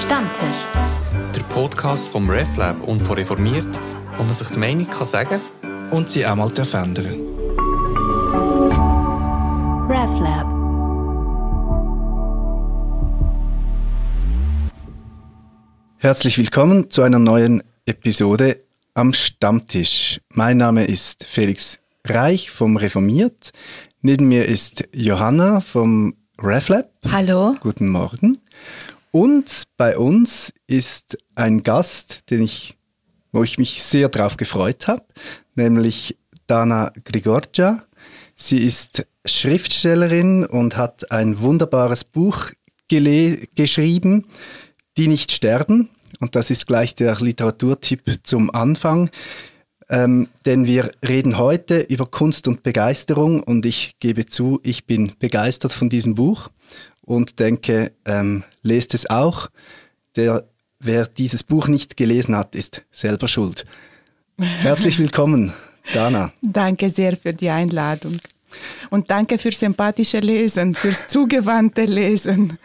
Stammtisch. Der Podcast vom RefLab und von Reformiert, wo man sich die Meinung kann sagen und sie auch mal ändern. RefLab. Herzlich willkommen zu einer neuen Episode am Stammtisch. Mein Name ist Felix Reich vom Reformiert. Neben mir ist Johanna vom RefLab. Hallo. Guten Morgen. Und bei uns ist ein Gast, wo ich mich sehr drauf gefreut habe, nämlich Dana Grigorja. Sie ist Schriftstellerin und hat ein wunderbares Buch geschrieben, Die nicht sterben. Und das ist gleich der Literaturtipp zum Anfang. Denn wir reden heute über Kunst und Begeisterung und ich gebe zu, ich bin begeistert von diesem Buch und denke, lest es auch. Wer dieses Buch nicht gelesen hat, ist selber schuld. Herzlich willkommen, Dana. Danke sehr für die Einladung und danke fürs sympathische Lesen, fürs zugewandte Lesen.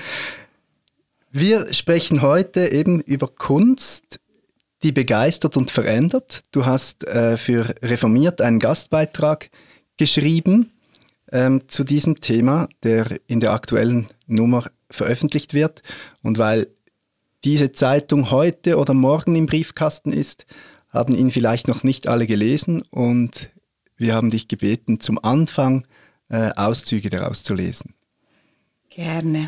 Wir sprechen heute eben über Kunst, die begeistert und verändert. Du hast für Reformiert einen Gastbeitrag geschrieben zu diesem Thema, der in der aktuellen Nummer veröffentlicht wird. Und weil diese Zeitung heute oder morgen im Briefkasten ist, haben ihn vielleicht noch nicht alle gelesen. Und wir haben dich gebeten, zum Anfang Auszüge daraus zu lesen. Gerne.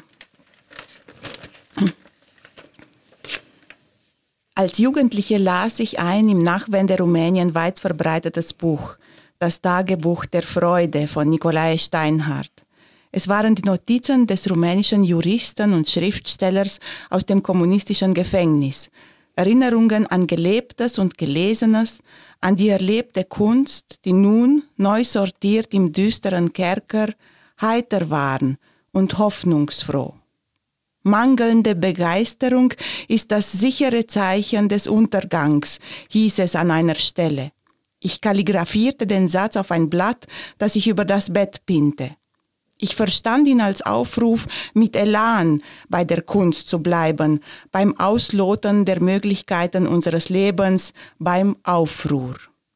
Als Jugendliche las ich ein im Nachwende-Rumänien weit verbreitetes Buch, das Tagebuch der Freude von Nicolae Steinhardt. Es waren die Notizen des rumänischen Juristen und Schriftstellers aus dem kommunistischen Gefängnis, Erinnerungen an Gelebtes und Gelesenes, an die erlebte Kunst, die nun, neu sortiert im düsteren Kerker, heiter waren und hoffnungsfroh. Mangelnde Begeisterung ist das sichere Zeichen des Untergangs, hieß es an einer Stelle. Ich kalligraphierte den Satz auf ein Blatt, das ich über das Bett pinnte. Ich verstand ihn als Aufruf, mit Elan bei der Kunst zu bleiben, beim Ausloten der Möglichkeiten unseres Lebens, beim Aufruhr.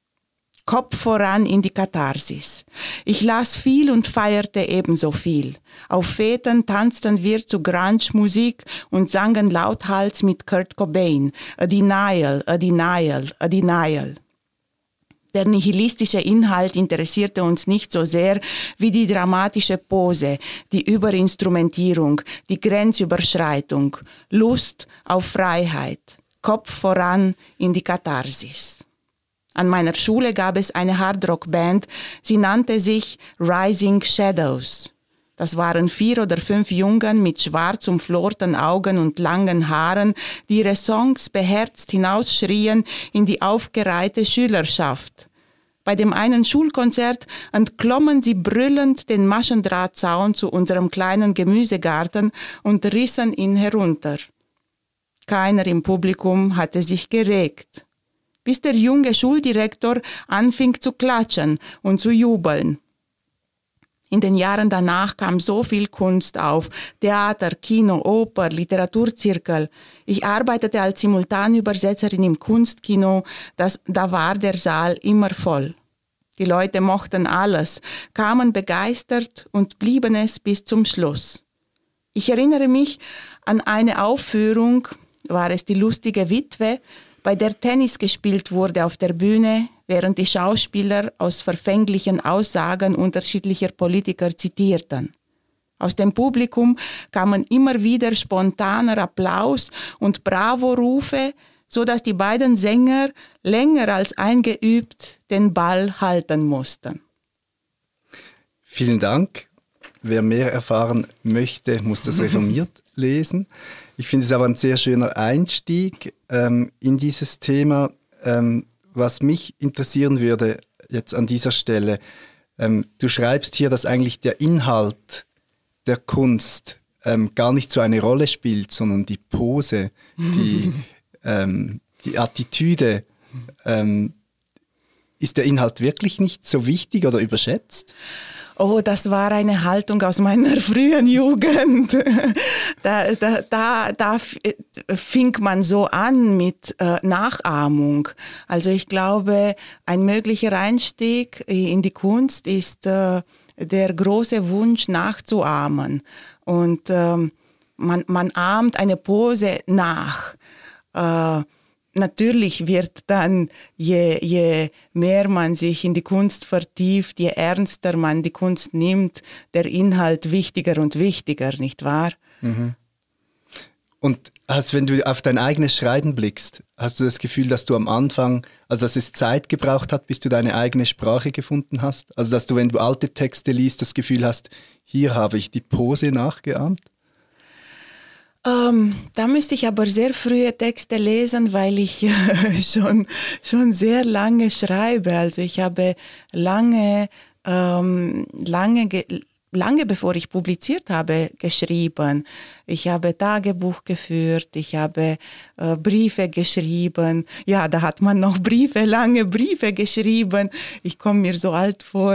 Kopf voran in die Katharsis. Ich las viel und feierte ebenso viel. Auf Feten tanzten wir zu Grunge-Musik und sangen lauthals mit Kurt Cobain, A Denial, A Denial, A Denial. Der nihilistische Inhalt interessierte uns nicht so sehr wie die dramatische Pose, die Überinstrumentierung, die Grenzüberschreitung, Lust auf Freiheit, Kopf voran in die Katharsis. An meiner Schule gab es eine Hardrock-Band, sie nannte sich Rising Shadows. Das waren 4 oder 5 Jungen mit schwarz umflorten Augen und langen Haaren, die ihre Songs beherzt hinausschrien in die aufgereihte Schülerschaft. Bei dem einen Schulkonzert entklommen sie brüllend den Maschendrahtzaun zu unserem kleinen Gemüsegarten und rissen ihn herunter. Keiner im Publikum hatte sich geregt, bis der junge Schuldirektor anfing zu klatschen und zu jubeln. In den Jahren danach kam so viel Kunst auf, Theater, Kino, Oper, Literaturzirkel. Ich arbeitete als Simultanübersetzerin im Kunstkino, da war der Saal immer voll. Die Leute mochten alles, kamen begeistert und blieben es bis zum Schluss. Ich erinnere mich an eine Aufführung, war es die lustige Witwe, bei der Tennis gespielt wurde auf der Bühne, während die Schauspieler aus verfänglichen Aussagen unterschiedlicher Politiker zitierten. Aus dem Publikum kamen immer wieder spontaner Applaus und Bravo-Rufe, so dass die beiden Sänger länger als eingeübt den Ball halten mussten. Vielen Dank. Wer mehr erfahren möchte, muss das Reformiert lesen. Ich finde es aber ein sehr schöner Einstieg in dieses Thema. Was mich interessieren würde jetzt an dieser Stelle, du schreibst hier, dass eigentlich der Inhalt der Kunst gar nicht so eine Rolle spielt, sondern die Pose, die Attitüde. Ist der Inhalt wirklich nicht so wichtig oder überschätzt? Oh, das war eine Haltung aus meiner frühen Jugend. Da fing man so an mit Nachahmung. Also ich glaube, ein möglicher Einstieg in die Kunst ist der große Wunsch nachzuahmen. Und man ahmt eine Pose nach. Natürlich wird dann, je mehr man sich in die Kunst vertieft, je ernster man die Kunst nimmt, der Inhalt wichtiger und wichtiger, nicht wahr? Mhm. Und wenn du auf dein eigenes Schreiben blickst, hast du das Gefühl, dass du am Anfang, also dass es Zeit gebraucht hat, bis du deine eigene Sprache gefunden hast? Also dass du, wenn du alte Texte liest, das Gefühl hast, hier habe ich die Pose nachgeahmt? Da müsste ich aber sehr frühe Texte lesen, weil ich schon sehr lange schreibe. Also ich habe lange bevor ich publiziert habe, geschrieben. Ich habe Tagebuch geführt, ich habe Briefe geschrieben. Ja, da hat man noch lange Briefe geschrieben. Ich komme mir so alt vor.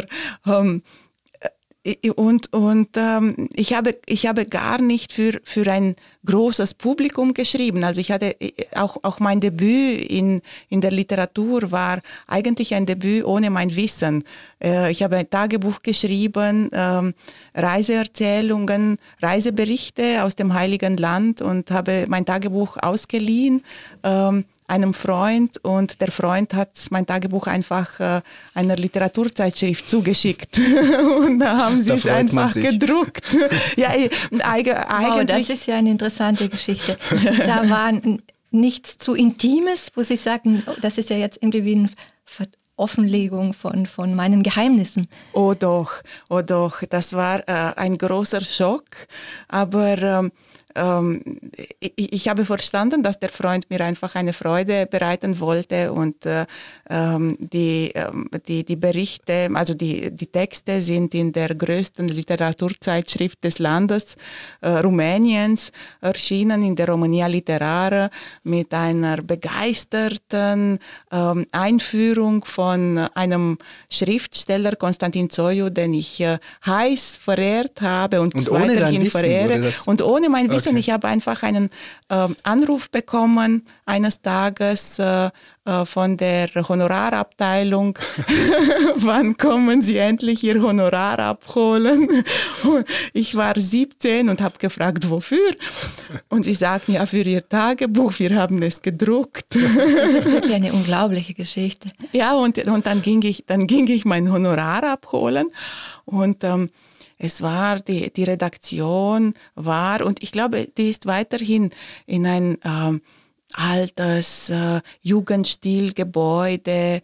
Ich habe gar nicht für ein großes Publikum geschrieben. Also ich hatte auch mein Debüt in der Literatur war eigentlich ein Debüt ohne mein Wissen. Ich habe ein Tagebuch geschrieben, Reiseerzählungen, Reiseberichte aus dem Heiligen Land und habe mein Tagebuch ausgeliehen einem Freund, und der Freund hat mein Tagebuch einfach einer Literaturzeitschrift zugeschickt und da haben sie es einfach gedruckt. Ja, eigentlich. Wow, das ist ja eine interessante Geschichte. Da war nichts zu Intimes, wo Sie sagen, das ist ja jetzt irgendwie wie eine Offenlegung von meinen Geheimnissen. Oh doch, das war ein großer Schock, aber ich habe verstanden, dass der Freund mir einfach eine Freude bereiten wollte, und die Berichte, also die Texte sind in der größten Literaturzeitschrift des Landes Rumäniens erschienen, in der Romania Literară, mit einer begeisterten Einführung von einem Schriftsteller, Constantin Țoiu, den ich heiß verehrt habe und weiterhin verehre. Und ohne mein Wissen. Ich habe einfach einen Anruf bekommen eines Tages von der Honorarabteilung. Wann kommen Sie endlich Ihr Honorar abholen? Ich war 17 und habe gefragt, wofür? Und sie sagten, ja, für Ihr Tagebuch, wir haben es gedruckt. Das ist wirklich eine unglaubliche Geschichte. Ja, und dann ging ich mein Honorar abholen, und es war, die Redaktion war, und ich glaube, die ist weiterhin in ein altes Jugendstilgebäude,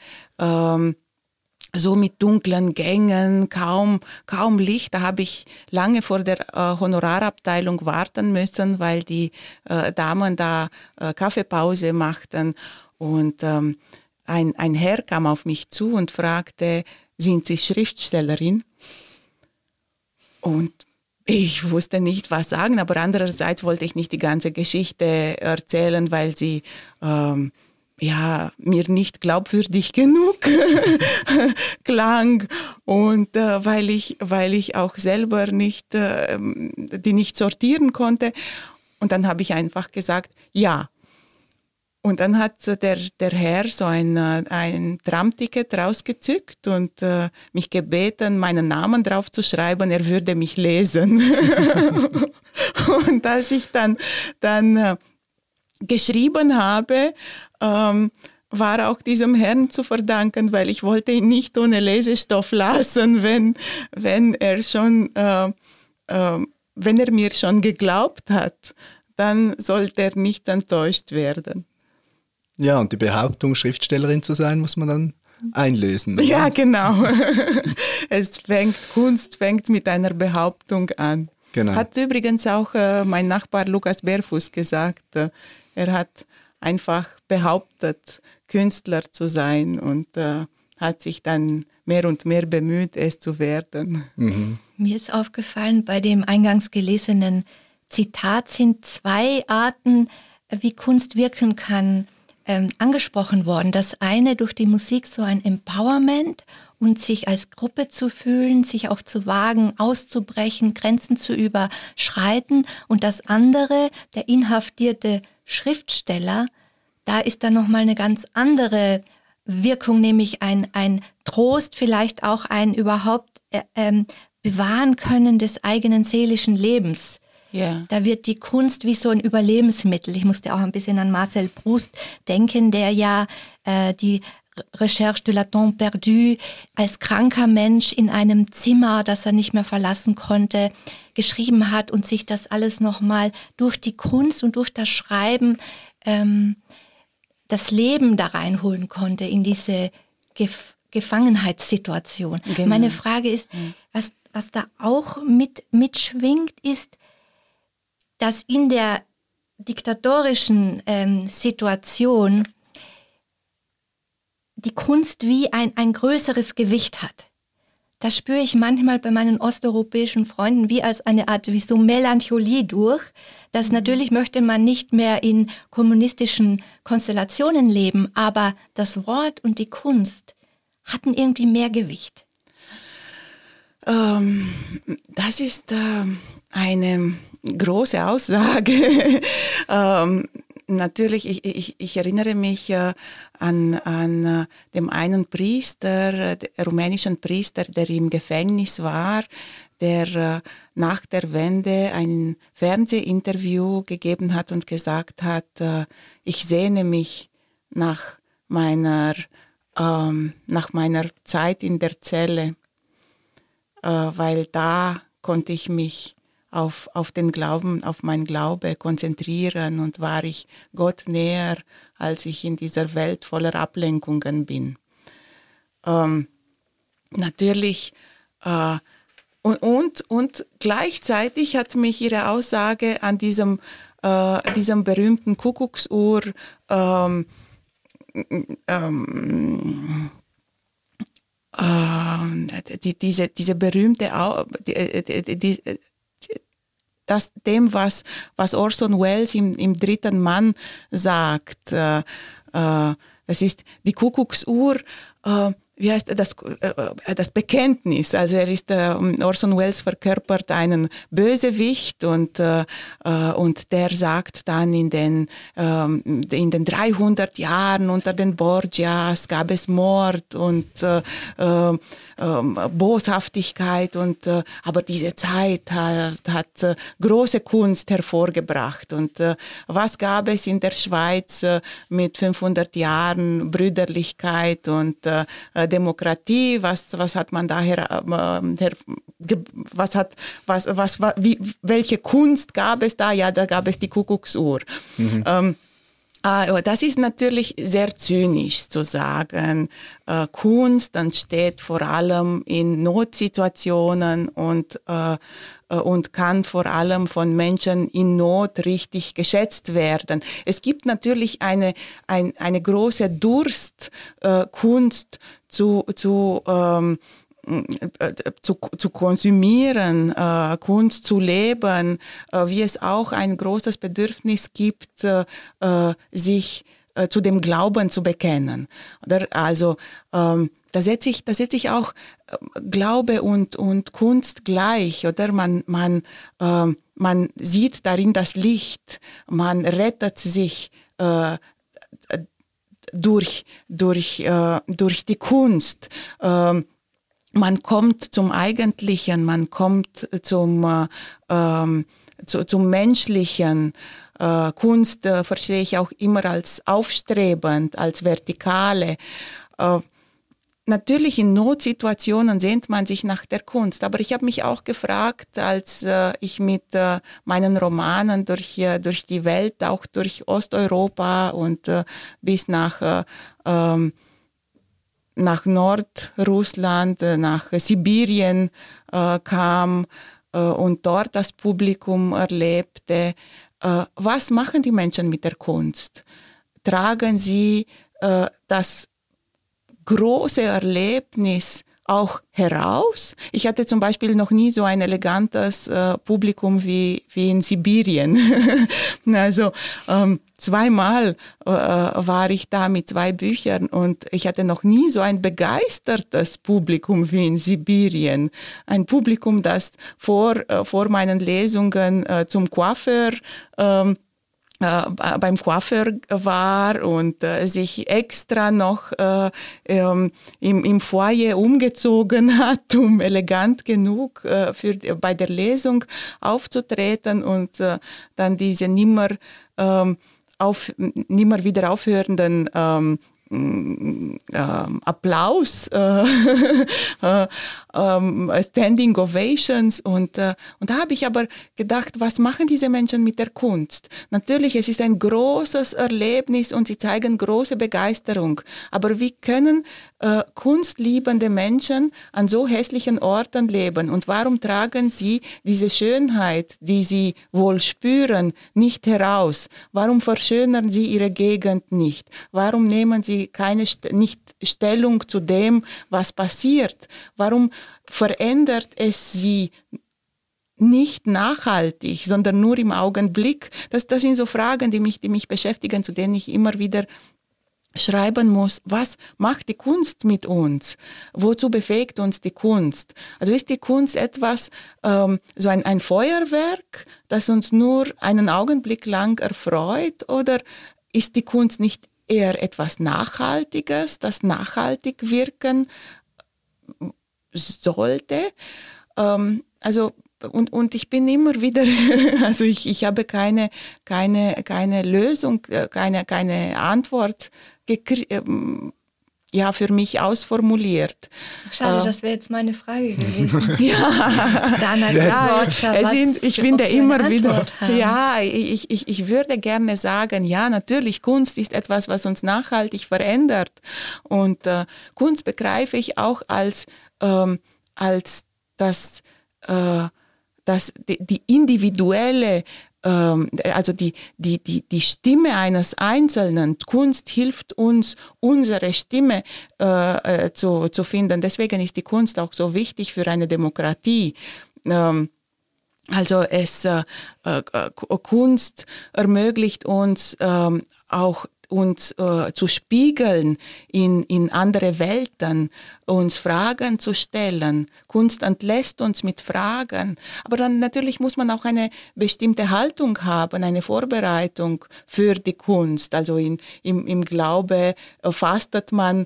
so mit dunklen Gängen, kaum Licht. Da habe ich lange vor der Honorarabteilung warten müssen, weil die Damen da Kaffeepause machten. Und ein Herr kam auf mich zu und fragte, sind Sie Schriftstellerin? Und ich wusste nicht, was sagen, aber andererseits wollte ich nicht die ganze Geschichte erzählen, weil sie mir nicht glaubwürdig genug klang, und weil ich auch selber die nicht sortieren konnte. Und dann habe ich einfach gesagt, ja. Und dann hat der Herr so ein Tramticket rausgezückt und mich gebeten, meinen Namen drauf zu schreiben, er würde mich lesen. Und als ich dann geschrieben habe, war auch diesem Herrn zu verdanken, weil ich wollte ihn nicht ohne Lesestoff lassen, wenn er mir schon geglaubt hat, dann sollte er nicht enttäuscht werden. Ja, und die Behauptung, Schriftstellerin zu sein, muss man dann einlösen. Oder? Ja, genau. Kunst fängt mit einer Behauptung an. Genau. Hat übrigens auch mein Nachbar Lukas Berfuss gesagt. Er hat einfach behauptet, Künstler zu sein, und hat sich dann mehr und mehr bemüht, es zu werden. Mhm. Mir ist aufgefallen, bei dem eingangs gelesenen Zitat sind zwei Arten, wie Kunst wirken kann. angesprochen worden. Das eine durch die Musik so ein Empowerment und sich als Gruppe zu fühlen, sich auch zu wagen, auszubrechen, Grenzen zu überschreiten. Und das andere, der inhaftierte Schriftsteller, da ist dann nochmal eine ganz andere Wirkung, nämlich ein Trost, vielleicht auch ein überhaupt Bewahren können des eigenen seelischen Lebens. Yeah. Da wird die Kunst wie so ein Überlebensmittel. Ich musste auch ein bisschen an Marcel Proust denken, der ja die Recherche de la Temps Perdu als kranker Mensch in einem Zimmer, das er nicht mehr verlassen konnte, geschrieben hat und sich das alles nochmal durch die Kunst und durch das Schreiben das Leben da reinholen konnte in diese Gefangenheitssituation. Genau. Meine Frage ist, was da auch mitschwingt, ist, dass in der diktatorischen Situation die Kunst wie ein größeres Gewicht hat. Das spüre ich manchmal bei meinen osteuropäischen Freunden wie als eine Art wie so Melancholie durch, dass natürlich möchte man nicht mehr in kommunistischen Konstellationen leben, aber das Wort und die Kunst hatten irgendwie mehr Gewicht. Das ist eine große Aussage. Natürlich, ich erinnere mich an dem einen Priester, rumänischen Priester, der im Gefängnis war, der nach der Wende ein Fernsehinterview gegeben hat und gesagt hat, ich sehne mich nach meiner Zeit in der Zelle, weil da konnte ich mich auf den Glauben, auf mein Glaube konzentrieren und war ich Gott näher, als ich in dieser Welt voller Ablenkungen bin. Natürlich und gleichzeitig hat mich ihre Aussage an diesem berühmten Kuckucksuhr diese berühmte was Orson Welles im Dritten Mann sagt, das ist die Kuckucksuhr, wie heißt das Bekenntnis. Also Orson Welles verkörpert einen Bösewicht und der sagt dann in den 300 Jahren unter den Borgias gab es Mord und Boshaftigkeit aber diese Zeit hat große Kunst hervorgebracht. Und was gab es in der Schweiz mit 500 Jahren Brüderlichkeit und Demokratie, was hat man daher, welche Kunst gab es da? Ja, da gab es die Kuckucksuhr. Mhm. Das ist natürlich sehr zynisch zu sagen. Kunst entsteht vor allem in Notsituationen und kann vor allem von Menschen in Not richtig geschätzt werden. Es gibt natürlich eine große Durst, Kunst zu konsumieren, Kunst zu leben, wie es auch ein großes Bedürfnis gibt, sich zu dem Glauben zu bekennen. Oder? Also da setze ich auch Glaube und Kunst gleich, oder? Man sieht darin das Licht, man rettet sich durch die Kunst. Man kommt zum Eigentlichen, man kommt zum Menschlichen. Kunst verstehe ich auch immer als aufstrebend, als vertikale. Natürlich in Notsituationen sehnt man sich nach der Kunst, aber ich habe mich auch gefragt, als ich mit meinen Romanen durch die Welt, auch durch Osteuropa und bis nach Nordrussland, nach Sibirien kam und dort das Publikum erlebte. Was machen die Menschen mit der Kunst? Tragen sie das große Erlebnis auch heraus. Ich hatte zum Beispiel noch nie so ein elegantes Publikum wie in Sibirien. Also zweimal war ich da mit 2 Büchern und ich hatte noch nie so ein begeistertes Publikum wie in Sibirien. Ein Publikum, das vor meinen Lesungen zum Coiffeur beim Coiffeur war und sich extra noch im Foyer umgezogen hat, um elegant genug bei der Lesung aufzutreten und dann diese nimmer wieder aufhörenden Applaus, Standing Ovations und da habe ich aber gedacht, was machen diese Menschen mit der Kunst? Natürlich, es ist ein großes Erlebnis und sie zeigen große Begeisterung, aber wie können kunstliebende Menschen an so hässlichen Orten leben und warum tragen sie diese Schönheit, die sie wohl spüren, nicht heraus? Warum verschönern sie ihre Gegend nicht? Warum nehmen sie nicht Stellung zu dem, was passiert? Warum verändert es sie nicht nachhaltig, sondern nur im Augenblick? Das sind so Fragen, die mich beschäftigen, zu denen ich immer wieder schreiben muss, was macht die Kunst mit uns? Wozu befähigt uns die Kunst? Also ist die Kunst etwas, so ein Feuerwerk, das uns nur einen Augenblick lang erfreut, oder ist die Kunst nicht eher etwas Nachhaltiges, das nachhaltig wirken sollte? Und ich bin immer wieder, also ich habe keine Lösung, keine Antwort für mich ausformuliert. Schade, das wäre jetzt meine Frage gewesen. Ich finde immer wieder, ich würde gerne sagen, ja, natürlich, Kunst ist etwas, was uns nachhaltig verändert. Und Kunst begreife ich auch als die individuelle, also die Stimme eines Einzelnen. Kunst hilft uns, unsere Stimme zu finden. Deswegen ist die Kunst auch so wichtig für eine Demokratie. Also Kunst ermöglicht uns auch uns zu spiegeln in andere Welten, uns Fragen zu stellen. Kunst entlässt uns mit Fragen. Aber dann natürlich muss man auch eine bestimmte Haltung haben, eine Vorbereitung für die Kunst. Also im Glaube fastet man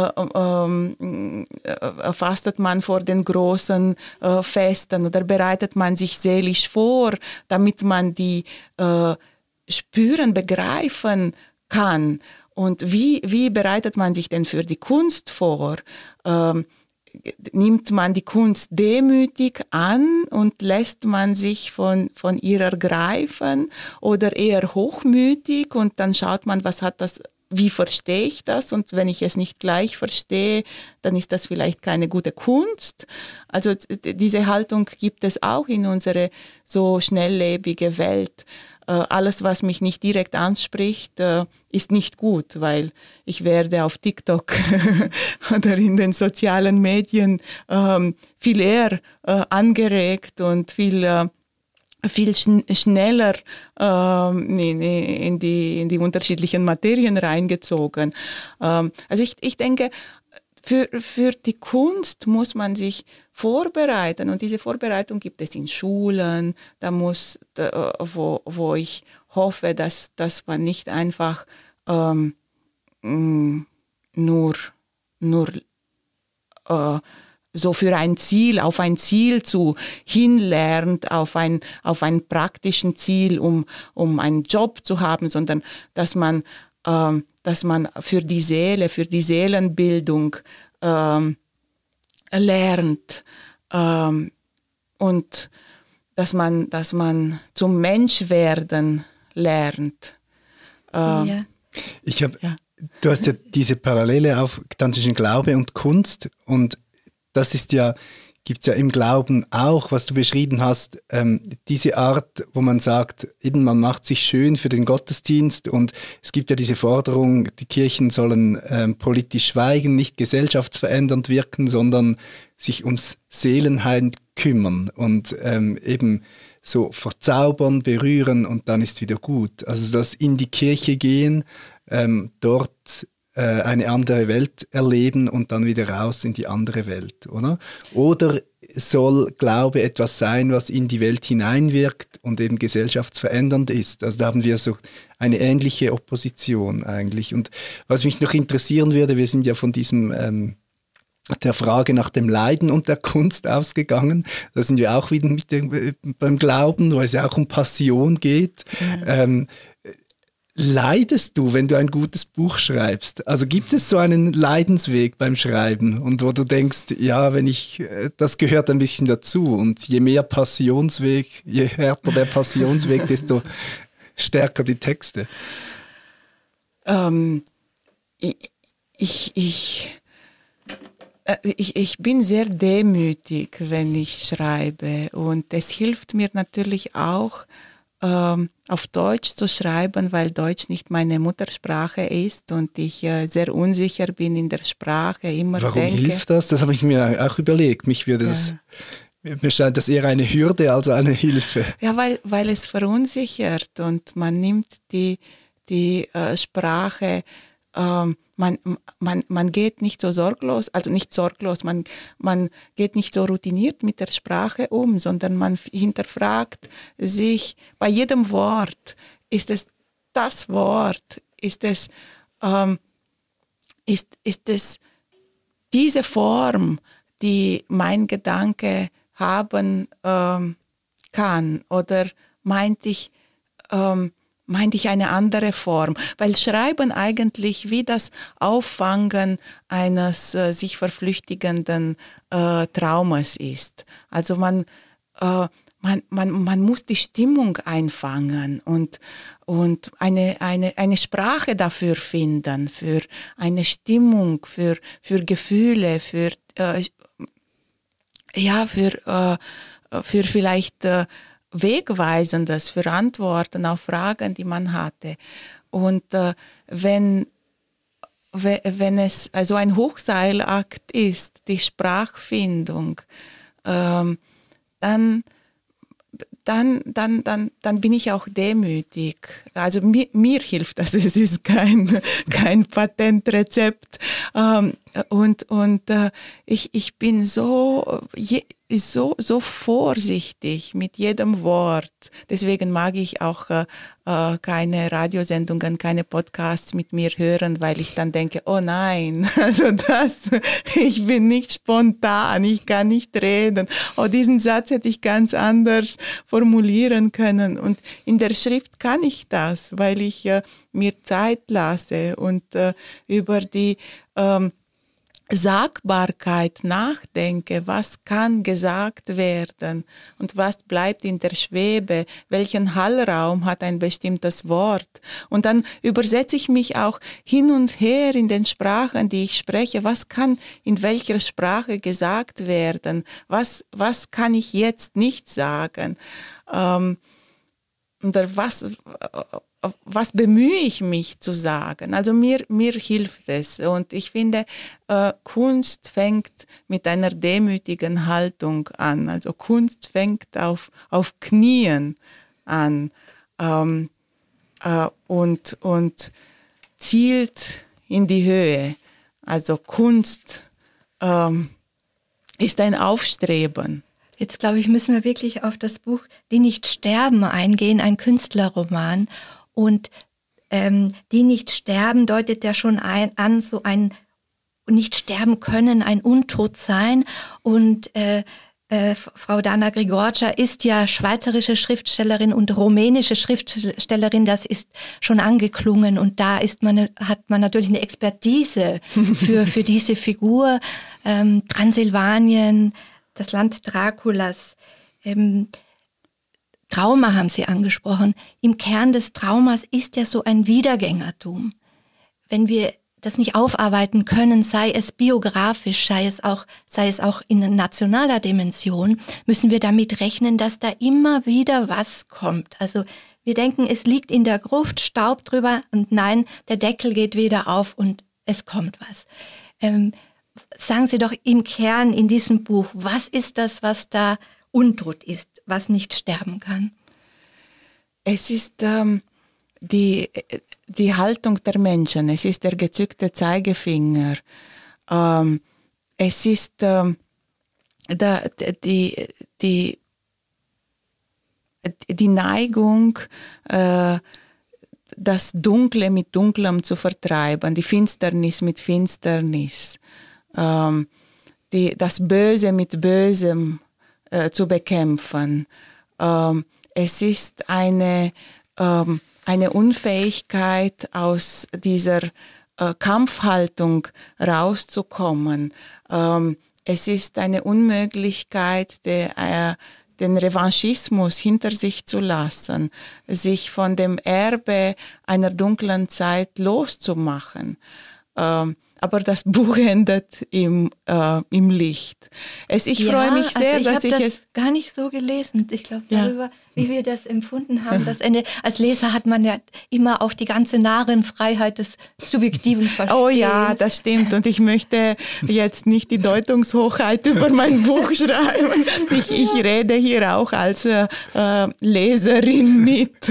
vor den großen Festen oder bereitet man sich seelisch vor, damit man die spüren, begreifen kann. Und wie bereitet man sich denn für die Kunst vor? Nimmt man die Kunst demütig an und lässt man sich von ihr ergreifen, oder eher hochmütig und dann schaut man, wie verstehe ich das, und wenn ich es nicht gleich verstehe, dann ist das vielleicht keine gute Kunst. Also diese Haltung gibt es auch in unserer so schnelllebige Welt. Alles, was mich nicht direkt anspricht, ist nicht gut, weil ich werde auf TikTok oder in den sozialen Medien viel eher angeregt und viel schneller in die unterschiedlichen Materien reingezogen. Also ich denke, für die Kunst muss man sich vorbereiten, und diese Vorbereitung gibt es in Schulen, wo ich hoffe, dass man nicht einfach nur so für auf ein Ziel hinlernt, auf ein praktischen Ziel, um einen Job zu haben, sondern dass man für die Seele, für die Seelenbildung lernt, und dass man zum Menschwerden lernt. Du hast ja diese Parallele aufgetan zwischen Glaube und Kunst, und das ist ja gibt es ja im Glauben auch, was du beschrieben hast, diese Art, wo man sagt, eben man macht sich schön für den Gottesdienst und es gibt ja diese Forderung, die Kirchen sollen politisch schweigen, nicht gesellschaftsverändernd wirken, sondern sich ums Seelenheil kümmern und eben so verzaubern, berühren und dann ist wieder gut. Also das in die Kirche gehen, dort eine andere Welt erleben und dann wieder raus in die andere Welt, oder? Oder soll Glaube etwas sein, was in die Welt hineinwirkt und eben gesellschaftsverändernd ist? Also da haben wir so eine ähnliche Opposition eigentlich. Und was mich noch interessieren würde, wir sind ja von diesem der Frage nach dem Leiden und der Kunst ausgegangen. Da sind wir auch wieder beim Glauben, wo es ja auch um Passion geht. Ja. Leidest du, wenn du ein gutes Buch schreibst? Also gibt es so einen Leidensweg beim Schreiben und wo du denkst, ja, das gehört ein bisschen dazu und je mehr Passionsweg, je härter der Passionsweg, desto stärker die Texte? Ich bin sehr demütig, wenn ich schreibe und es hilft mir natürlich auch, auf Deutsch zu schreiben, weil Deutsch nicht meine Muttersprache ist und ich sehr unsicher bin in der Sprache, immer Warum denke. Hilft das? Das habe ich mir auch überlegt. Mir scheint das eher eine Hürde als eine Hilfe. Ja, weil es verunsichert und man nimmt die Sprache, man geht nicht so sorglos, also nicht sorglos, man geht nicht so routiniert mit der Sprache um, sondern man hinterfragt sich bei jedem Wort, ist es das Wort, ist es diese Form, die mein Gedanke haben kann, oder meinte ich eine andere Form, weil Schreiben eigentlich wie das Auffangen eines sich verflüchtigenden Traumas ist. Also man muss die Stimmung einfangen und eine Sprache dafür finden, für eine Stimmung, für Gefühle, für vielleicht Wegweisendes, für Antworten auf Fragen, die man hatte. Und wenn es also ein Hochseilakt ist, die Sprachfindung, dann bin ich auch demütig. Also mir hilft das, es ist kein Patentrezept. Ich bin so vorsichtig mit jedem Wort. Deswegen mag ich auch keine Radiosendungen, keine Podcasts mit mir hören, weil ich dann denke, oh nein, also ich bin nicht spontan, ich kann nicht reden. Oh, diesen Satz hätte ich ganz anders formulieren können. Und in der Schrift kann ich das, weil ich mir Zeit lasse und über die Sagbarkeit nachdenke, was kann gesagt werden und was bleibt in der Schwebe, welchen Hallraum hat ein bestimmtes Wort. Und dann übersetze ich mich auch hin und her in den Sprachen, die ich spreche, was kann in welcher Sprache gesagt werden, was kann ich jetzt nicht sagen, oder was bemühe ich mich zu sagen? Also mir hilft es und ich finde, Kunst fängt mit einer demütigen Haltung an. Also Kunst fängt auf Knien an und zielt in die Höhe. Also Kunst ist ein Aufstreben. Jetzt, glaube ich, müssen wir wirklich auf das Buch Die nicht sterben eingehen, ein Künstlerroman. Und die nicht sterben deutet ja schon an, so ein nicht sterben können, ein Untotsein. Und Frau Dana Grigorcia ist ja schweizerische Schriftstellerin und rumänische Schriftstellerin, das ist schon angeklungen. Und da hat man natürlich eine Expertise für diese Figur. Transsilvanien, das Land Draculas. Trauma haben Sie angesprochen. Im Kern des Traumas ist ja so ein Wiedergängertum. Wenn wir das nicht aufarbeiten können, sei es biografisch, sei es auch in nationaler Dimension, müssen wir damit rechnen, dass da immer wieder was kommt. Also wir denken, es liegt in der Gruft, Staub drüber und nein, der Deckel geht wieder auf und es kommt was. Sagen Sie doch im Kern in diesem Buch, was ist das, was da untot ist, was nicht sterben kann? Es ist die Haltung der Menschen, es ist der gezückte Zeigefinger, es ist die Neigung, das Dunkle mit Dunklem zu vertreiben, die Finsternis mit Finsternis, das Böse mit Bösem zu bekämpfen. Es ist eine Unfähigkeit, aus dieser Kampfhaltung rauszukommen. Es ist eine Unmöglichkeit, den Revanchismus hinter sich zu lassen, sich von dem Erbe einer dunklen Zeit loszumachen. Aber das Buch endet im Licht. Ich freue mich sehr, dass ich es gar nicht so gelesen. Ich glaube, darüber, wie wir das empfunden haben, das Ende. Als Leser hat man ja immer auch die ganze Narrenfreiheit des subjektiven Verstehens. Oh ja, das stimmt. Und ich möchte jetzt nicht die Deutungshochheit über mein Buch schreiben. Ich rede hier auch als Leserin mit.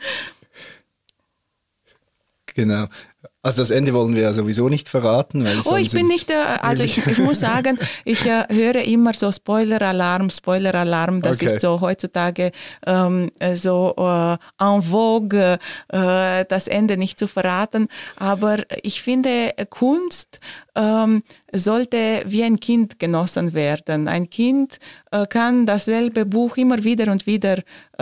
Genau. Also das Ende wollen wir ja sowieso nicht verraten. Weil ich bin nicht, ich muss sagen, ich höre immer so Spoiler-Alarm, das ist so heutzutage so en vogue, das Ende nicht zu verraten. Aber ich finde, Kunst sollte wie ein Kind genossen werden. Ein Kind kann dasselbe Buch immer wieder und wieder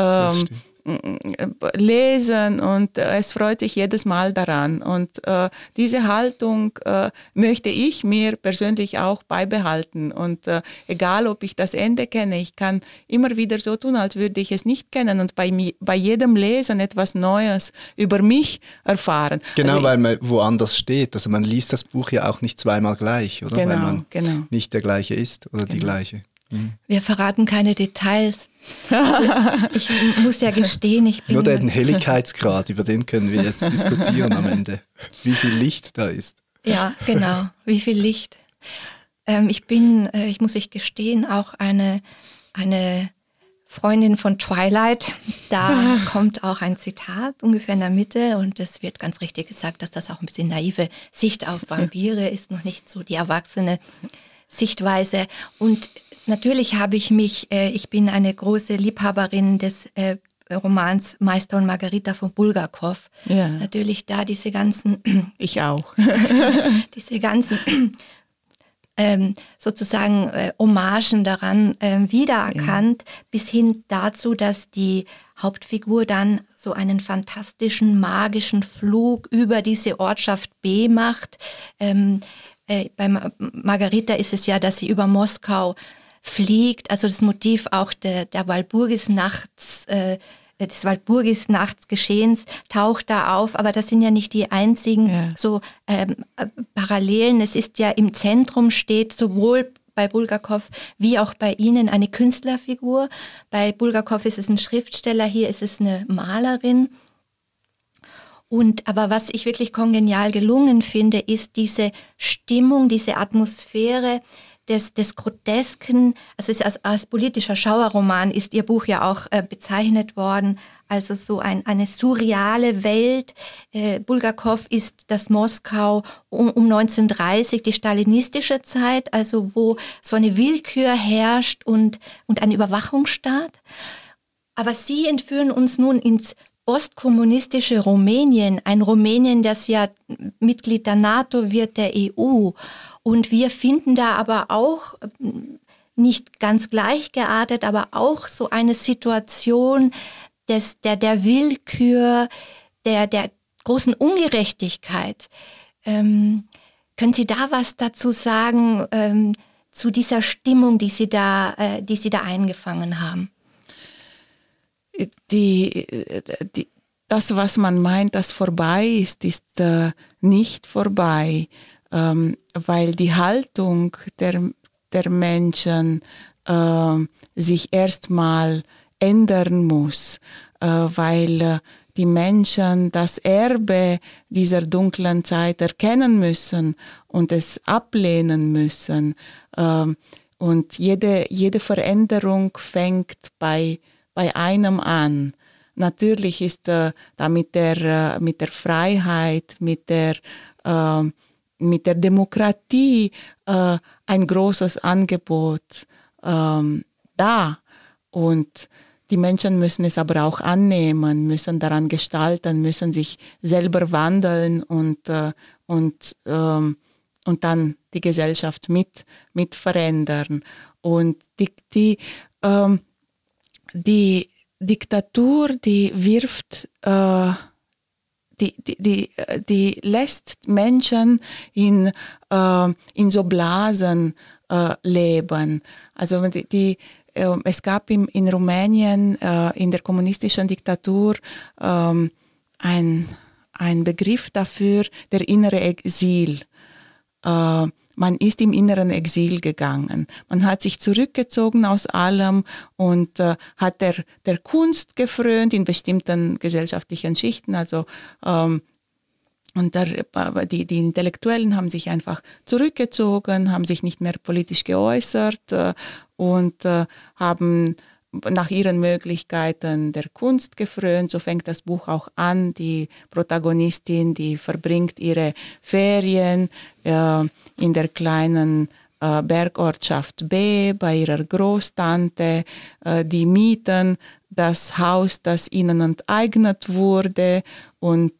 lesen und es freut sich jedes Mal daran. Und diese Haltung möchte ich mir persönlich auch beibehalten. Und egal, ob ich das Ende kenne, ich kann immer wieder so tun, als würde ich es nicht kennen und bei jedem Lesen etwas Neues über mich erfahren. Genau, weil man woanders steht. Also man liest das Buch ja auch nicht zweimal gleich, oder? Genau, weil man genau. nicht der gleiche ist oder die gleiche. Wir verraten keine Details. Ich muss ja gestehen, ich bin... Nur den Helligkeitsgrad, über den können wir jetzt diskutieren am Ende. Wie viel Licht da ist. Ja, genau. Wie viel Licht. Ich muss ich gestehen, auch eine Freundin von Twilight. Da kommt auch ein Zitat ungefähr in der Mitte und es wird ganz richtig gesagt, dass das auch ein bisschen naive Sicht auf Vampire ist, noch nicht so die erwachsene Sichtweise. Und natürlich habe ich bin eine große Liebhaberin des Romans Meister und Margarita von Bulgakov. Ja. Natürlich da diese ganzen... Ich auch. diese ganzen sozusagen Hommagen daran wiedererkannt, bis hin dazu, dass die Hauptfigur dann so einen fantastischen, magischen Flug über diese Ortschaft B macht. Bei Margarita ist es ja, dass sie über Moskau fliegt, also das Motiv auch der Walpurgisnachts, des Walpurgisnachtsgeschehens taucht da auf, aber das sind ja nicht die einzigen Parallelen. Es ist ja im Zentrum steht sowohl bei Bulgakov wie auch bei Ihnen eine Künstlerfigur. Bei Bulgakov ist es ein Schriftsteller, hier ist es eine Malerin. Aber was ich wirklich kongenial gelungen finde, ist diese Stimmung, diese Atmosphäre des Grotesken. Also als politischer Schauerroman ist Ihr Buch ja auch bezeichnet worden. Also so eine surreale Welt. Bulgakov ist das Moskau um 1930, die stalinistische Zeit, also wo so eine Willkür herrscht und ein Überwachungsstaat. Aber Sie entführen uns nun ins postkommunistische Rumänien, ein Rumänien, das ja Mitglied der NATO wird, der EU. Und wir finden da aber auch, nicht ganz gleichgeartet, aber auch so eine Situation der Willkür, der großen Ungerechtigkeit. Können Sie da was dazu sagen, zu dieser Stimmung, die Sie da das, was man meint, das vorbei ist, ist nicht vorbei, weil die Haltung der Menschen sich erstmal ändern muss, weil die Menschen das Erbe dieser dunklen Zeit erkennen müssen und es ablehnen müssen. Und jede Veränderung fängt bei einem an. Natürlich ist da mit der Freiheit, mit der Demokratie ein großes Angebot da. Und die Menschen müssen es aber auch annehmen, müssen daran gestalten, müssen sich selber wandeln und dann die Gesellschaft mit verändern. Und die Diktatur, die wirft, die lässt Menschen in so Blasen leben. Also es gab in Rumänien in der kommunistischen Diktatur ein Begriff dafür, der innere Exil. Man ist im inneren Exil gegangen. Man hat sich zurückgezogen aus allem und hat der Kunst gefrönt in bestimmten gesellschaftlichen Schichten. Also die Intellektuellen haben sich einfach zurückgezogen, haben sich nicht mehr politisch geäußert und haben nach ihren Möglichkeiten der Kunst gefrönt. So fängt das Buch auch an. Die Protagonistin, die verbringt ihre Ferien in der kleinen Bergortschaft B bei ihrer Großtante. Die mieten das Haus, das ihnen enteignet wurde und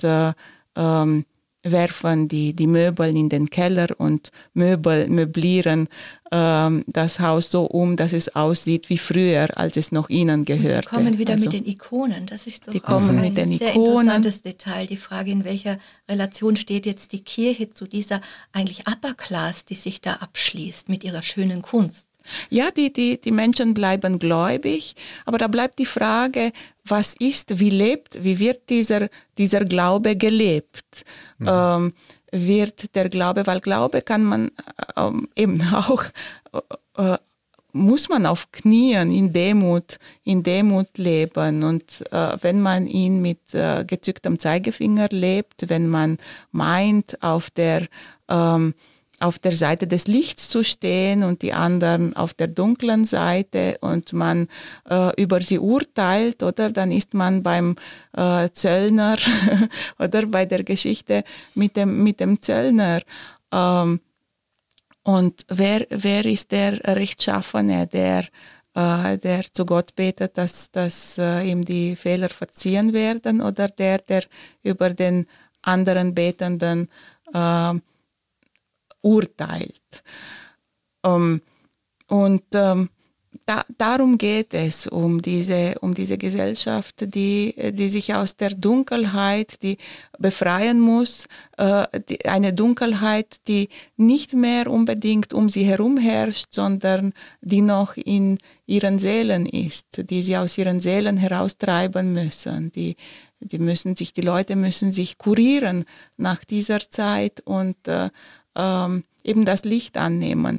werfen die Möbel in den Keller und möblieren das Haus so dass es aussieht wie früher, als es noch ihnen gehörte. Die kommen wieder mit den Ikonen. Das ist doch die kommen mit den sehr Ikonen. Interessantes Detail. Die Frage, in welcher Relation steht jetzt die Kirche zu dieser eigentlich Upper Class, die sich da abschließt mit ihrer schönen Kunst? Ja, die Menschen bleiben gläubig, aber da bleibt die Frage, was ist, wie wird dieser Glaube gelebt? Wird der Glaube, weil Glaube kann man eben auch, muss man auf Knien in Demut leben. Und wenn man ihn mit gezücktem Zeigefinger lebt, wenn man meint, auf der Seite des Lichts zu stehen und die anderen auf der dunklen Seite und man über sie urteilt, oder dann ist man beim Zöllner oder bei der Geschichte mit dem Zöllner. Und wer ist der Rechtschaffene, der zu Gott betet, dass ihm die Fehler verziehen werden, oder der über den anderen Betenden urteilt. Darum geht es, um diese Gesellschaft, die sich aus der Dunkelheit, die befreien muss, eine Dunkelheit, die nicht mehr unbedingt um sie herum herrscht, sondern die noch in ihren Seelen ist, die sie aus ihren Seelen heraustreiben müssen. Die Leute müssen sich kurieren nach dieser Zeit und eben das Licht annehmen.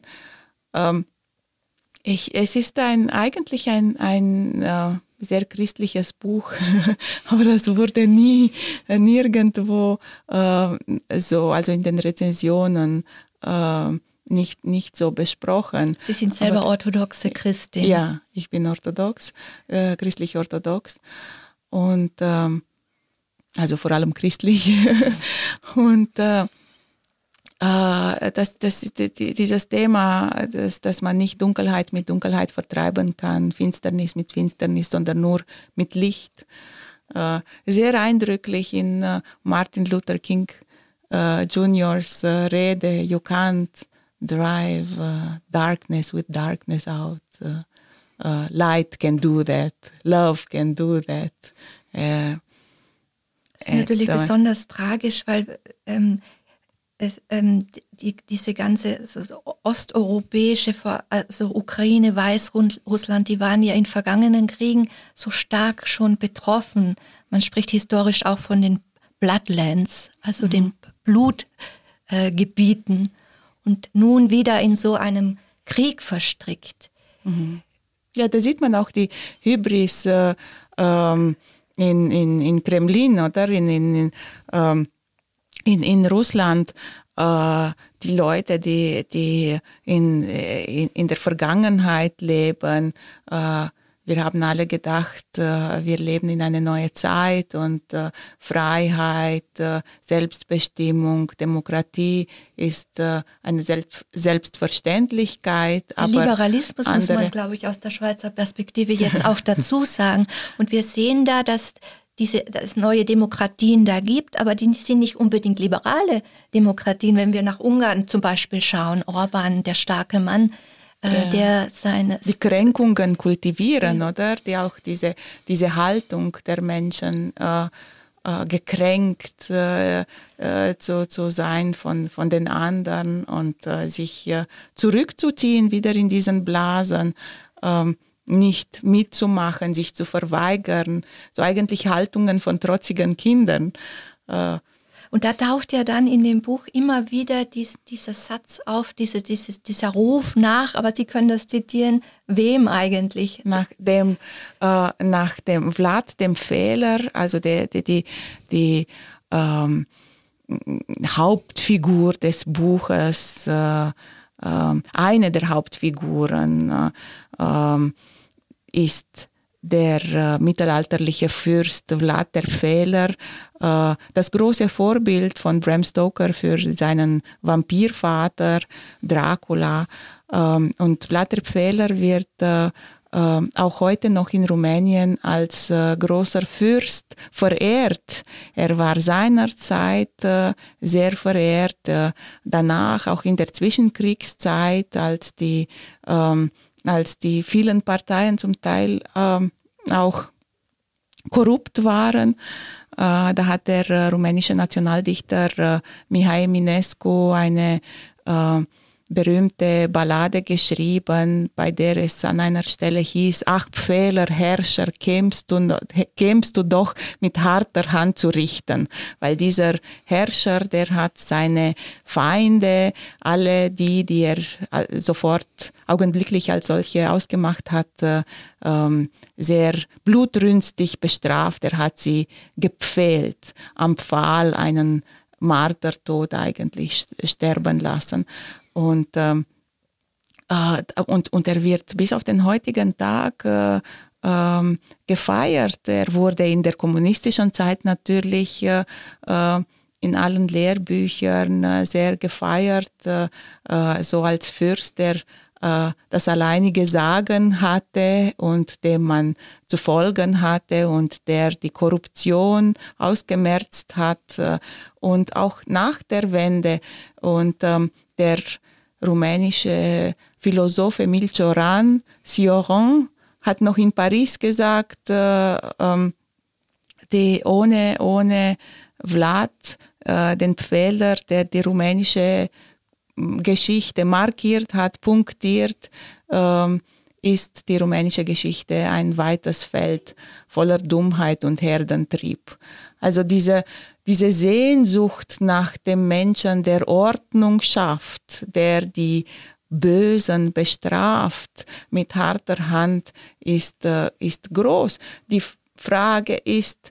Es ist eigentlich ein sehr christliches Buch, aber das wurde nirgendwo also in den Rezensionen nicht so besprochen. Sie sind selber orthodoxe Christin. Ja, ich bin orthodox, christlich-orthodox und also vor allem christlich und dieses Thema, dass man nicht Dunkelheit mit Dunkelheit vertreiben kann, Finsternis mit Finsternis, sondern nur mit Licht. Sehr eindrücklich in Martin Luther King Juniors Rede, "You can't drive darkness with darkness out. Light can do that. Love can do that." Das ist natürlich besonders tragisch, weil diese ganze osteuropäische, also Ukraine, Weißrussland, die waren ja in vergangenen Kriegen so stark schon betroffen. Man spricht historisch auch von den Bloodlands, also den Blutgebieten, und nun wieder in so einem Krieg verstrickt. Ja, da sieht man auch die Hybris in Kremlin, oder in Russland, die Leute, die in der Vergangenheit leben. Wir haben alle gedacht, wir leben in einer neuen Zeit und Freiheit, Selbstbestimmung, Demokratie ist eine Selbstverständlichkeit. Aber Liberalismus muss man, glaube ich, aus der Schweizer Perspektive jetzt auch dazu sagen. Und wir sehen da, dass es neue Demokratien da gibt, aber die sind nicht unbedingt liberale Demokratien. Wenn wir nach Ungarn zum Beispiel schauen, Orban, der starke Mann, der die Kränkungen kultivieren, oder? Die auch diese Haltung der Menschen gekränkt zu sein von den anderen und sich zurückzuziehen wieder in diesen Blasen, nicht mitzumachen, sich zu verweigern, so eigentlich Haltungen von trotzigen Kindern. Und da taucht ja dann in dem Buch immer wieder dieser Satz auf, dieser Ruf nach, aber Sie können das zitieren, wem eigentlich? Nach dem Vlad, dem Fehler, also die Hauptfigur des Buches, eine der Hauptfiguren ist der mittelalterliche Fürst Vlad der Fehler, das große Vorbild von Bram Stoker für seinen Vampirvater Dracula. Und Vlad der Fehler wird auch heute noch in Rumänien als großer Fürst verehrt. Er war seinerzeit sehr verehrt, danach auch in der Zwischenkriegszeit, als die vielen Parteien zum Teil auch korrupt waren. Da hat der rumänische Nationaldichter Mihai Eminescu eine berühmte Ballade geschrieben, bei der es an einer Stelle hieß: Ach, Pfähler, Herrscher, kämst du doch mit harter Hand zu richten. Weil dieser Herrscher, der hat seine Feinde, alle die er sofort augenblicklich als solche ausgemacht hat, sehr blutrünstig bestraft. Er hat sie gepfählt, am Pfahl einen Martertod eigentlich sterben lassen. Und er wird bis auf den heutigen Tag gefeiert. Er wurde in der kommunistischen Zeit natürlich in allen Lehrbüchern sehr gefeiert, so als Fürst, der das alleinige Sagen hatte und dem man zu folgen hatte und der die Korruption ausgemerzt hat, und auch nach der Wende. Und der rumänische Philosoph Emil Cioran hat noch in Paris gesagt, ohne Vlad, den Pfähler, der die rumänische Geschichte markiert hat, punktiert, ist die rumänische Geschichte ein weites Feld voller Dummheit und Herdentrieb. Also diese Sehnsucht nach dem Menschen, der Ordnung schafft, der die Bösen bestraft mit harter Hand, ist groß. Die Frage ist,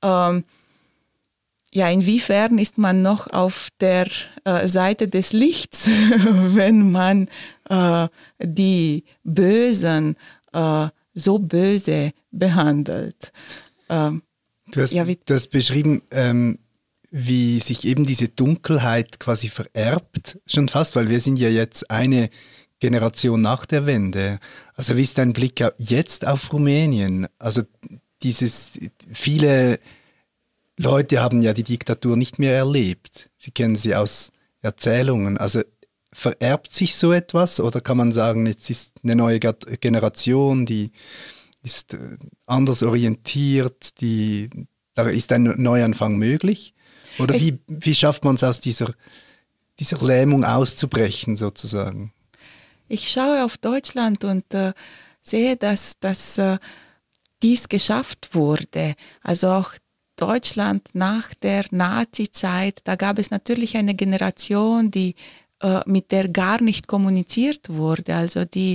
inwiefern ist man noch auf der Seite des Lichts, wenn man die Bösen so böse behandelt? Du hast beschrieben, wie sich eben diese Dunkelheit quasi vererbt, schon fast, weil wir sind ja jetzt eine Generation nach der Wende. Also wie ist dein Blick jetzt auf Rumänien? Also viele Leute haben ja die Diktatur nicht mehr erlebt. Sie kennen sie aus Erzählungen. Also vererbt sich so etwas oder kann man sagen, jetzt ist eine neue Generation, die ist anders orientiert, da ist ein Neuanfang möglich? Oder wie schafft man es aus dieser dieser Lähmung auszubrechen sozusagen? Ich schaue auf Deutschland und sehe, dass dies geschafft wurde. Also auch Deutschland nach der Nazi-Zeit, da gab es natürlich eine Generation, die mit der gar nicht kommuniziert wurde, also die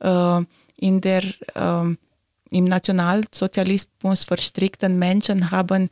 im Nationalsozialismus verstrickten Menschen haben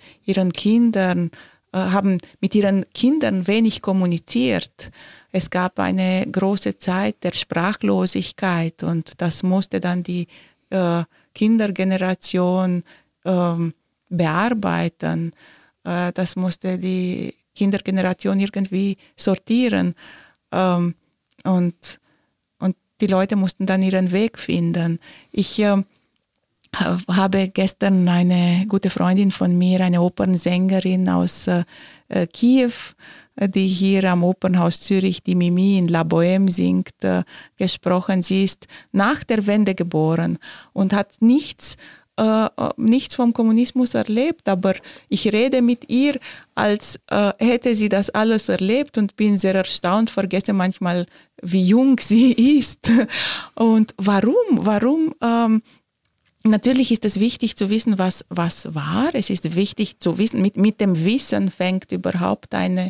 mit ihren Kindern wenig kommuniziert. Es gab eine große Zeit der Sprachlosigkeit und das musste dann die Kindergeneration bearbeiten. Das musste die Kindergeneration irgendwie sortieren. Und die Leute mussten dann ihren Weg finden. Ich habe gestern eine gute Freundin von mir, eine Opernsängerin aus Kiew, die hier am Opernhaus Zürich die Mimi in La Bohème singt, gesprochen. Sie ist nach der Wende geboren und hat nichts vom Kommunismus erlebt, aber ich rede mit ihr, als hätte sie das alles erlebt und bin sehr erstaunt, vergesse manchmal, wie jung sie ist. Und warum? Natürlich ist es wichtig zu wissen, was war. Es ist wichtig zu wissen, mit dem Wissen fängt überhaupt eine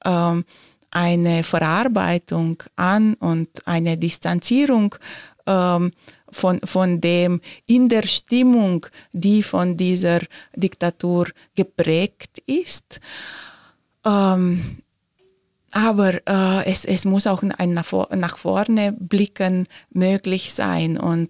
Verarbeitung an und eine Distanzierung von dem in der Stimmung, die von dieser Diktatur geprägt ist. Aber es muss auch ein nach vorne blicken möglich sein und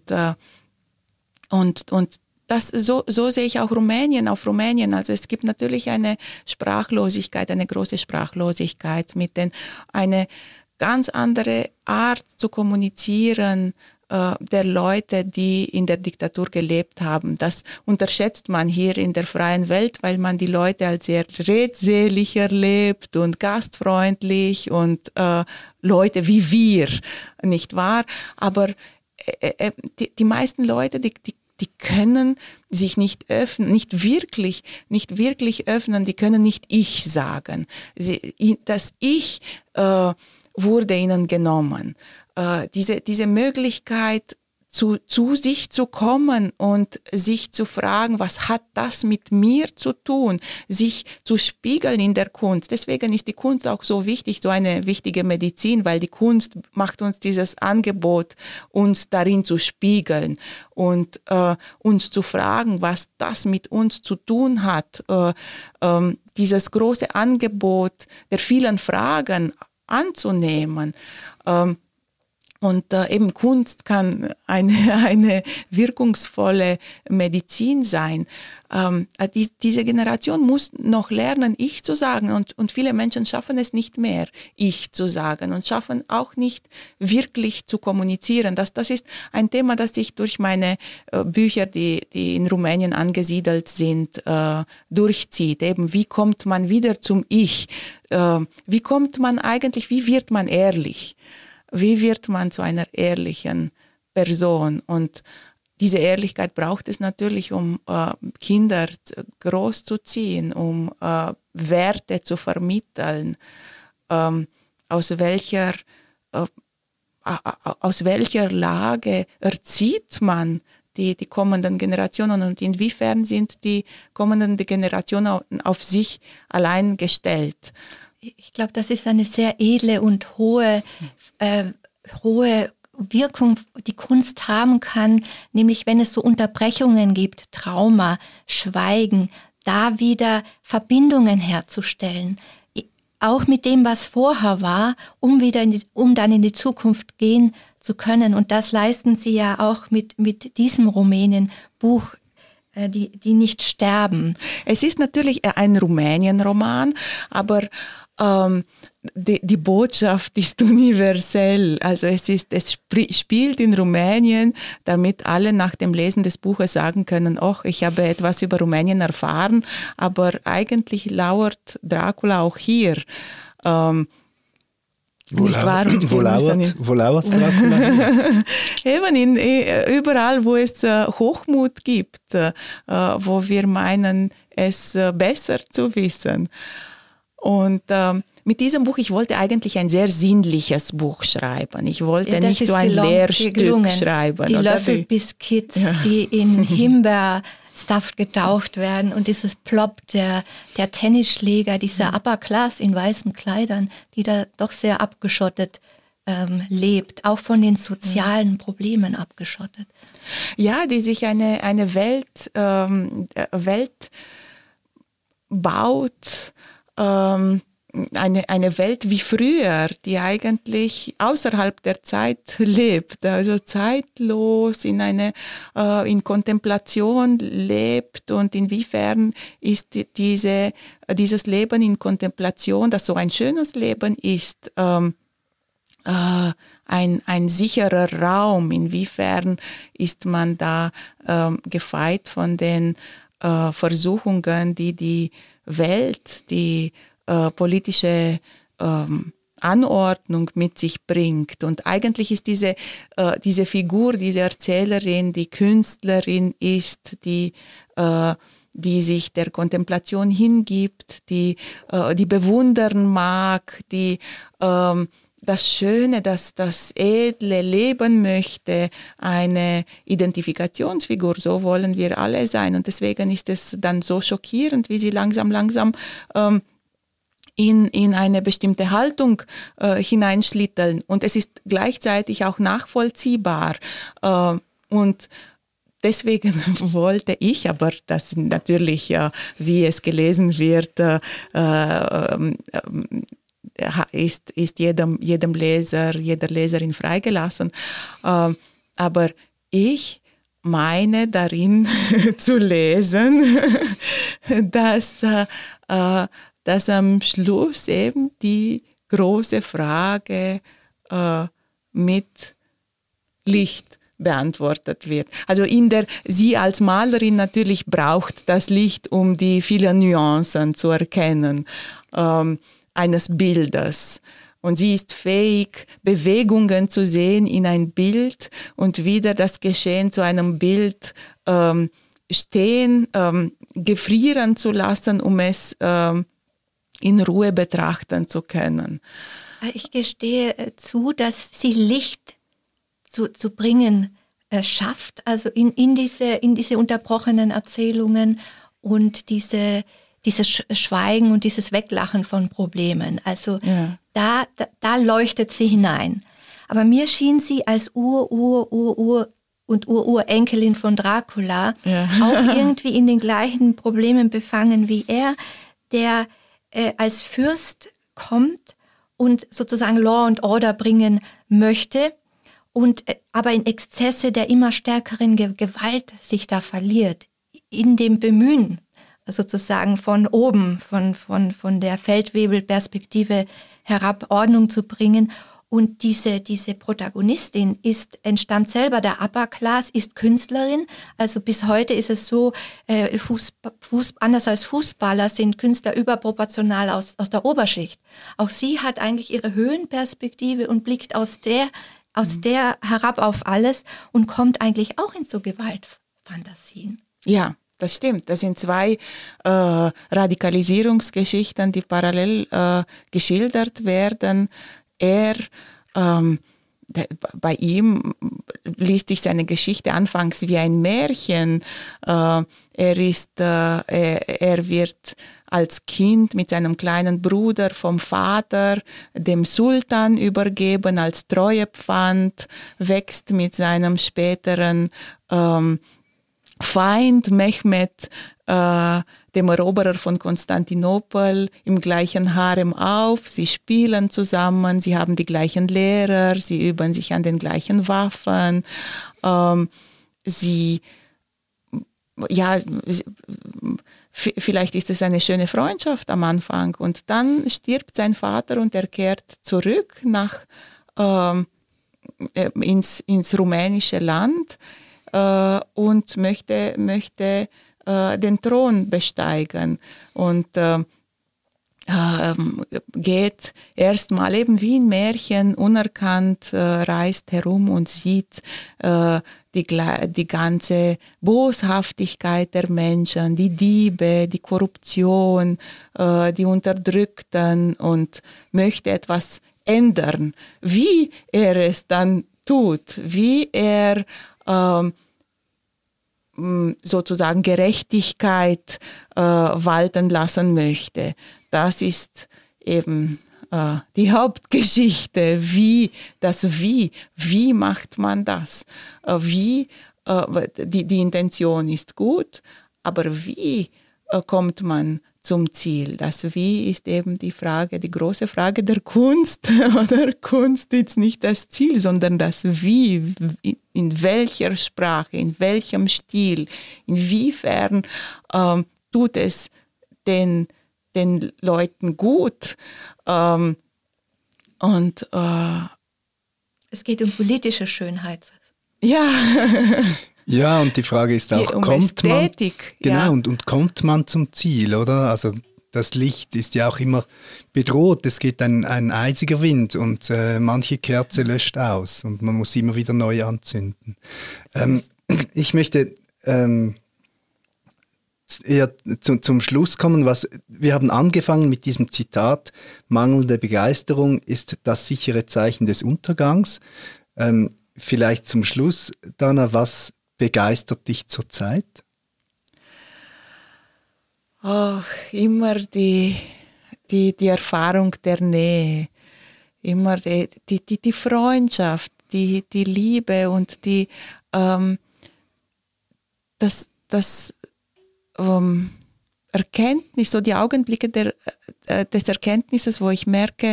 das, so sehe ich auch Rumänien. Also es gibt natürlich eine Sprachlosigkeit, eine große Sprachlosigkeit, eine ganz andere Art zu kommunizieren der Leute, die in der Diktatur gelebt haben. Das unterschätzt man hier in der freien Welt, weil man die Leute als sehr redselig erlebt und gastfreundlich und Leute wie wir, nicht wahr? Aber die meisten Leute, die können sich nicht öffnen, nicht wirklich öffnen, die können nicht Ich sagen. Das Ich wurde ihnen genommen. Diese Möglichkeit, zu sich zu kommen und sich zu fragen, was hat das mit mir zu tun, sich zu spiegeln in der Kunst. Deswegen ist die Kunst auch so wichtig, so eine wichtige Medizin, weil die Kunst macht uns dieses Angebot, uns darin zu spiegeln und uns zu fragen, was das mit uns zu tun hat. Dieses große Angebot der vielen Fragen anzunehmen. Und eben Kunst kann eine wirkungsvolle Medizin sein. Diese Generation muss noch lernen, Ich zu sagen. Und viele Menschen schaffen es nicht mehr, Ich zu sagen und schaffen auch nicht wirklich zu kommunizieren. Das ist ein Thema, das sich durch meine Bücher, die in Rumänien angesiedelt sind, durchzieht. Eben, wie kommt man wieder zum Ich? Wie wird man ehrlich? Wie wird man zu einer ehrlichen Person? Und diese Ehrlichkeit braucht es natürlich, um Kinder großzuziehen, um Werte zu vermitteln. Aus welcher Lage erzieht man die kommenden Generationen und inwiefern sind die kommenden Generationen auf sich allein gestellt? Ich glaube, das ist eine sehr edle und hohe Wirkung, die Kunst haben kann, nämlich wenn es so Unterbrechungen gibt, Trauma, Schweigen, da wieder Verbindungen herzustellen, auch mit dem, was vorher war, um dann in die Zukunft gehen zu können. Und das leisten Sie ja auch mit diesem Rumänien-Buch, die nicht sterben. Es ist natürlich ein Rumänien-Roman, aber die Botschaft ist universell. Also es spielt in Rumänien, damit alle nach dem Lesen des Buches sagen können, ich habe etwas über Rumänien erfahren, aber eigentlich lauert Dracula auch hier. Wo lauert Dracula? Eben überall, wo es Hochmut gibt, wo wir meinen, es besser zu wissen. Und mit diesem Buch, ich wollte eigentlich ein sehr sinnliches Buch schreiben. Ich wollte nicht so ein Lehrstück schreiben. Die Löffelbiscuits, die in Himbeersaft getaucht werden und dieses Plop, der Tennisschläger, dieser Upper Class in weißen Kleidern, die da doch sehr abgeschottet lebt, auch von den sozialen Problemen abgeschottet. Ja, die sich eine Welt baut, eine Welt wie früher, die eigentlich außerhalb der Zeit lebt, also zeitlos in Kontemplation lebt, und inwiefern ist dieses Leben in Kontemplation, das so ein schönes Leben ist, ein sicherer Raum, inwiefern ist man da gefeit von den Versuchungen, die Welt, die politische Anordnung mit sich bringt. Und eigentlich ist diese Figur, diese Erzählerin, die Künstlerin ist, die sich der Kontemplation hingibt, die bewundern mag, die das Schöne, das Edle leben möchte, eine Identifikationsfigur, so wollen wir alle sein. Und deswegen ist es dann so schockierend, wie sie langsam in eine bestimmte Haltung hineinschlitteln. Und es ist gleichzeitig auch nachvollziehbar. Und deswegen wollte ich, aber das natürlich, wie es gelesen wird, ist jedem Leser, jeder Leserin freigelassen. Aber ich meine darin zu lesen, dass am Schluss eben die große Frage mit Licht beantwortet wird. Also sie als Malerin natürlich braucht das Licht, um die vielen Nuancen zu erkennen eines Bildes. Und sie ist fähig, Bewegungen zu sehen in ein Bild und wieder das Geschehen zu einem Bild gefrieren zu lassen, um es in Ruhe betrachten zu können. Ich gestehe zu, dass sie Licht zu bringen schafft, also in diese unterbrochenen Erzählungen und dieses Schweigen und dieses Weglachen von Problemen. Also da leuchtet sie hinein. Aber mir schien sie als Urenkelin von Dracula auch irgendwie in den gleichen Problemen befangen wie er, der als Fürst kommt und sozusagen Law and Order bringen möchte, und aber in Exzesse der immer stärkeren Gewalt sich da verliert, in dem Bemühen sozusagen von oben, von der Feldwebelperspektive herab Ordnung zu bringen. Und diese Protagonistin entstammt selber der Upper Class, ist Künstlerin. Also bis heute ist es so, anders als Fußballer sind Künstler überproportional aus der Oberschicht. Auch sie hat eigentlich ihre Höhenperspektive und blickt aus der herab auf alles und kommt eigentlich auch in so Gewaltfantasien. Ja, das stimmt. Das sind zwei Radikalisierungsgeschichten, die parallel geschildert werden. Bei ihm liest sich seine Geschichte anfangs wie ein Märchen. Er wird als Kind mit seinem kleinen Bruder vom Vater dem Sultan übergeben als Treuepfand, wächst mit seinem späteren Feind Mehmed, dem Eroberer von Konstantinopel, im gleichen Harem auf. Sie spielen zusammen, sie haben die gleichen Lehrer, sie üben sich an den gleichen Waffen. Vielleicht ist es eine schöne Freundschaft am Anfang, und dann stirbt sein Vater und er kehrt zurück ins rumänische Land und möchte den Thron besteigen. Und geht erstmal eben wie ein Märchen unerkannt, reist herum und sieht die ganze Boshaftigkeit der Menschen, die Diebe, die Korruption, die Unterdrückten und möchte etwas ändern. Wie er es dann tut, wie er sozusagen Gerechtigkeit walten lassen möchte. Das ist eben die Hauptgeschichte. Wie macht man das? Die Intention ist gut, aber wie kommt man zum Ziel? Das Wie ist eben die große Frage der Kunst. Oder Kunst ist nicht das Ziel, sondern das Wie. In welcher Sprache, in welchem Stil, inwiefern tut es den Leuten gut. Es geht um politische Schönheit. Ja. Ja, und die Frage ist auch, kommt Ästhetik, man, genau, ja. und kommt man zum Ziel, oder? Also das Licht ist ja auch immer bedroht, es geht ein eisiger Wind und manche Kerze löscht aus und man muss sie immer wieder neu anzünden. Ich möchte eher zum Schluss kommen. Wir haben angefangen mit diesem Zitat: Mangelnde Begeisterung ist das sichere Zeichen des Untergangs. Vielleicht zum Schluss, Dana, was begeistert dich zurzeit? Immer die Erfahrung der Nähe, immer die Freundschaft, die Liebe und das Erkenntnis, so die Augenblicke des Erkenntnisses, wo ich merke,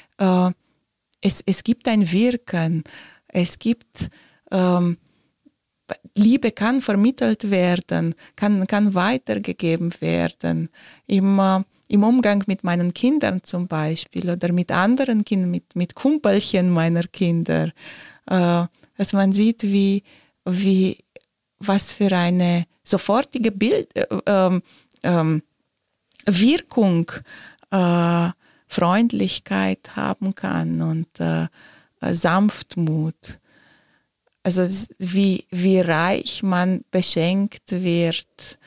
es gibt ein Wirken, es gibt Liebe kann vermittelt werden, kann weitergegeben werden. Im Umgang mit meinen Kindern zum Beispiel oder mit anderen Kindern, mit Kumpelchen meiner Kinder, dass man sieht, was für eine sofortige Wirkung Freundlichkeit haben kann und Sanftmut. Also wie reich man beschenkt wird,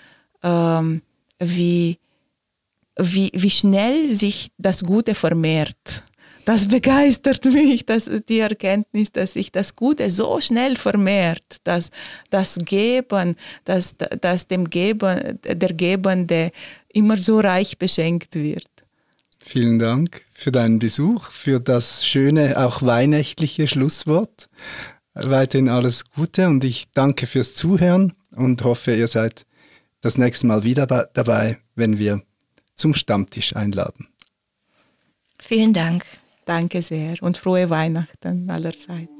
wie schnell sich das Gute vermehrt. Das begeistert mich, die Erkenntnis, dass sich das Gute so schnell vermehrt, dass das Geben, dass der Gebende immer so reich beschenkt wird. Vielen Dank für deinen Besuch, für das schöne, auch weihnachtliche Schlusswort. Weiterhin alles Gute und ich danke fürs Zuhören und hoffe, ihr seid das nächste Mal wieder dabei, wenn wir zum Stammtisch einladen. Vielen Dank. Danke sehr und frohe Weihnachten allerseits.